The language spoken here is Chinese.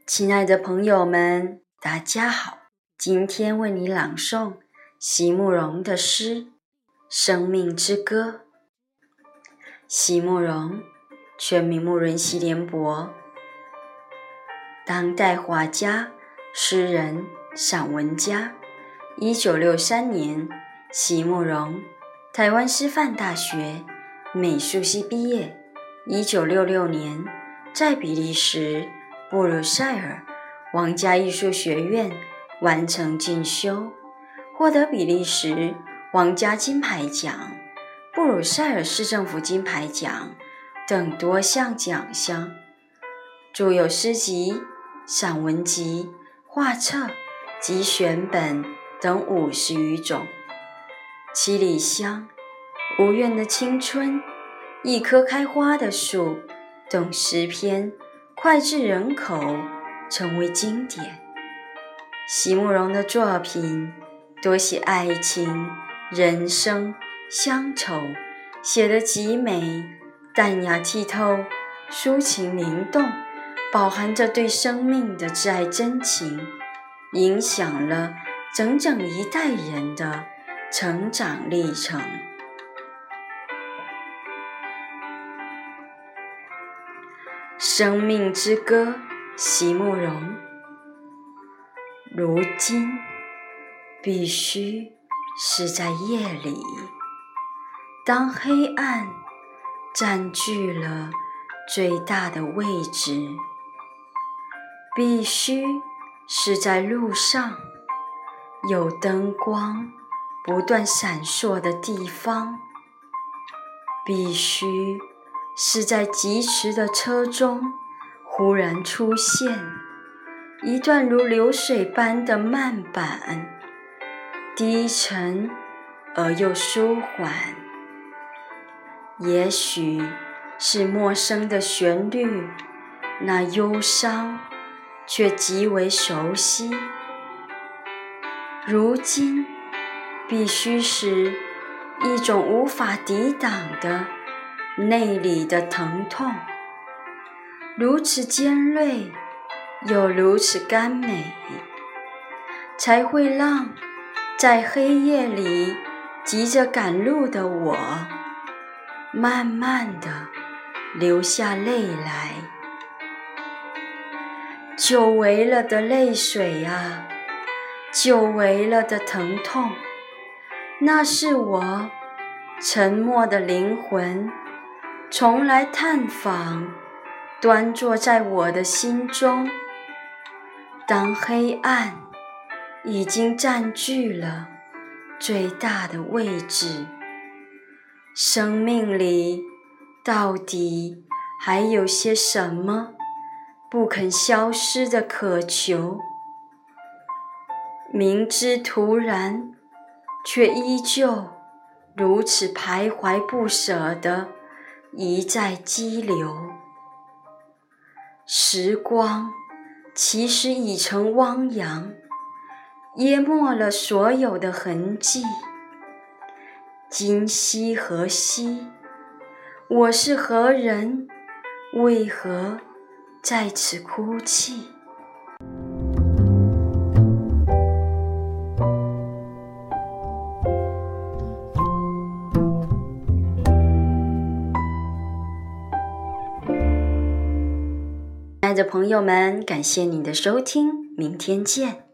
亲爱的朋友们，大家好，今天为你朗诵席慕容的诗《生命之歌》。席慕容，全名慕容席联博，当代画家、诗人、散文家。1963年，席慕容台湾师范大学美术系毕业。1966年，在比利时布鲁塞尔皇家艺术学院完成进修，获得比利时皇家金牌奖、布鲁塞尔市政府金牌奖等多项奖项，著有诗集、散文集、画册及选本等50余种。七里香、无怨的青春、一棵开花的树等诗篇脍炙人口，成为经典。席慕容的作品多写爱情、人生、乡愁，写得极美，淡雅剔透，抒情灵动，饱含着对生命的挚爱真情，影响了整整一代人的成长历程。生命之歌，席慕容。如今必须是在夜里，当黑暗占据了最大的位置，必须是在路上有灯光不断闪烁的地方，必须是在疾驰的车中忽然出现一段如流水般的慢板，低沉而又舒缓。也许是陌生的旋律，那忧伤却极为熟悉。如今必须是一种无法抵挡的内里的疼痛，如此尖锐又如此甘美，才会让在黑夜里急着赶路的我慢慢地流下泪来。久违了的泪水啊，久违了的疼痛，那是我沉默的灵魂从来探访，端坐在我的心中。当黑暗已经占据了最大的位置，生命里到底还有些什么不肯消失的渴求？明知突然，却依旧如此徘徊不舍地一再激流。时光其实已成汪洋，淹没了所有的痕迹。今夕何夕？我是何人？为何在此哭泣？亲爱的朋友们，感谢你的收听，明天见。